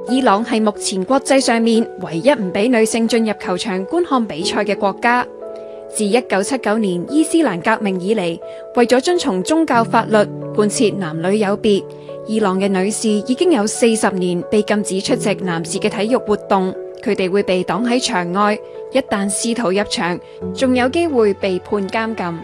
伊朗係目前國際上面唯一唔俾女性進入球場觀看比賽嘅國家。自1979年伊斯蘭革命以嚟，為咗遵從宗教法律，貫徹男女有別，伊朗嘅女士已經有40年被禁止出席男士嘅體育活動，佢哋會被擋喺場外，一旦試圖入場，仲有機會被判監禁。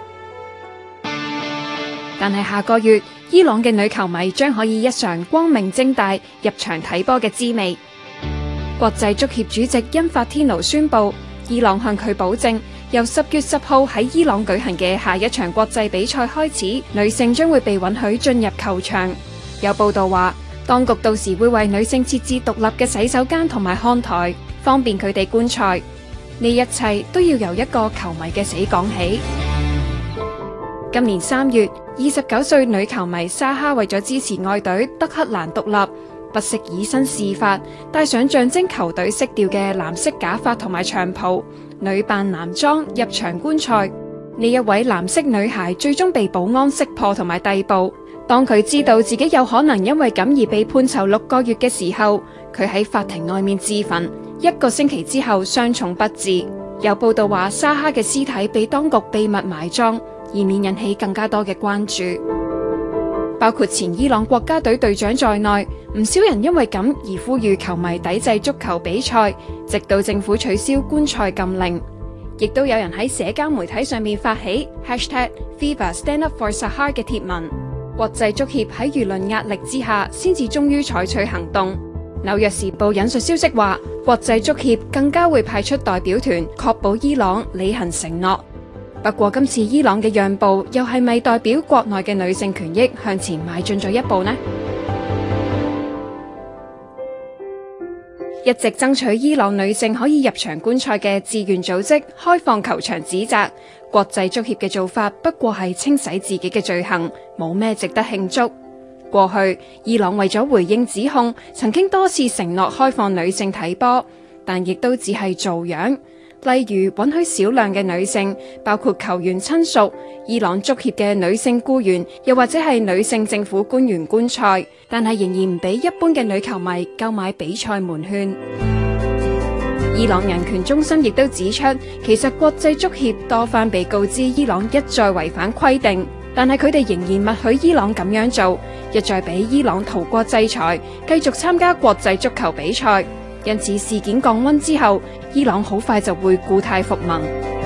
但係下個月，伊朗嘅女球迷將可以一嘗光明正大入場睇波嘅滋味。國際足協主席因法天奴宣布，伊朗向佢保證，由10月10號喺伊朗舉行嘅下一場國際比賽開始，女性將會被允許進入球場。有報道話，當局到時會為女性設置獨立嘅洗手間同埋看台，方便佢哋觀賽。呢一切都要由一個球迷嘅死講起。今年3月，29歲女球迷沙哈為咗支持愛隊德黑蘭獨立，不惜以身試法，戴上象徵球隊色調嘅藍色假髮同埋長袍，女扮男裝入場觀賽。呢一位藍色女孩最終被保安識破同埋逮捕。當佢知道自己有可能因為咁而被判囚6個月嘅時候，佢喺法庭外面自焚，1個星期之後傷重不治。有報道話，沙哈嘅屍體被當局秘密埋葬，以免引起更加多嘅關注。包括前伊朗國家隊隊長在內，唔少人因為咁而呼籲球迷抵制足球比賽，直到政府取消觀賽禁令。亦都有人喺社交媒體上面發起#FIFA Stand Up for Sahar 嘅貼文。國際足協喺輿論壓力之下，先至終於採取行動。紐約時報引述消息話，國際足協更加會派出代表團，確保伊朗履行承諾。不過今次伊朗嘅讓步，又係咪代表國內嘅女性權益向前邁進咗一步呢？一直爭取伊朗女性可以入場觀賽嘅志願組織開放球場指責，國際足協嘅做法不過係清洗自己嘅罪行，冇咩值得慶祝。過去伊朗為咗回應指控，曾經多次承諾開放女性睇波，但亦都只係做樣。例如允許少量嘅女性，包括球員親屬、伊朗足協嘅女性僱員，又或者係女性政府官員觀賽，但係仍然唔俾一般嘅女球迷購買比賽門券。伊朗人權中心亦都指出，其實國際足協多番被告知伊朗一再違反規定，但係佢哋仍然默許伊朗咁樣做，一再俾伊朗逃過制裁，繼續參加國際足球比賽。因此事件降溫之後，伊朗好快就會故態復萌。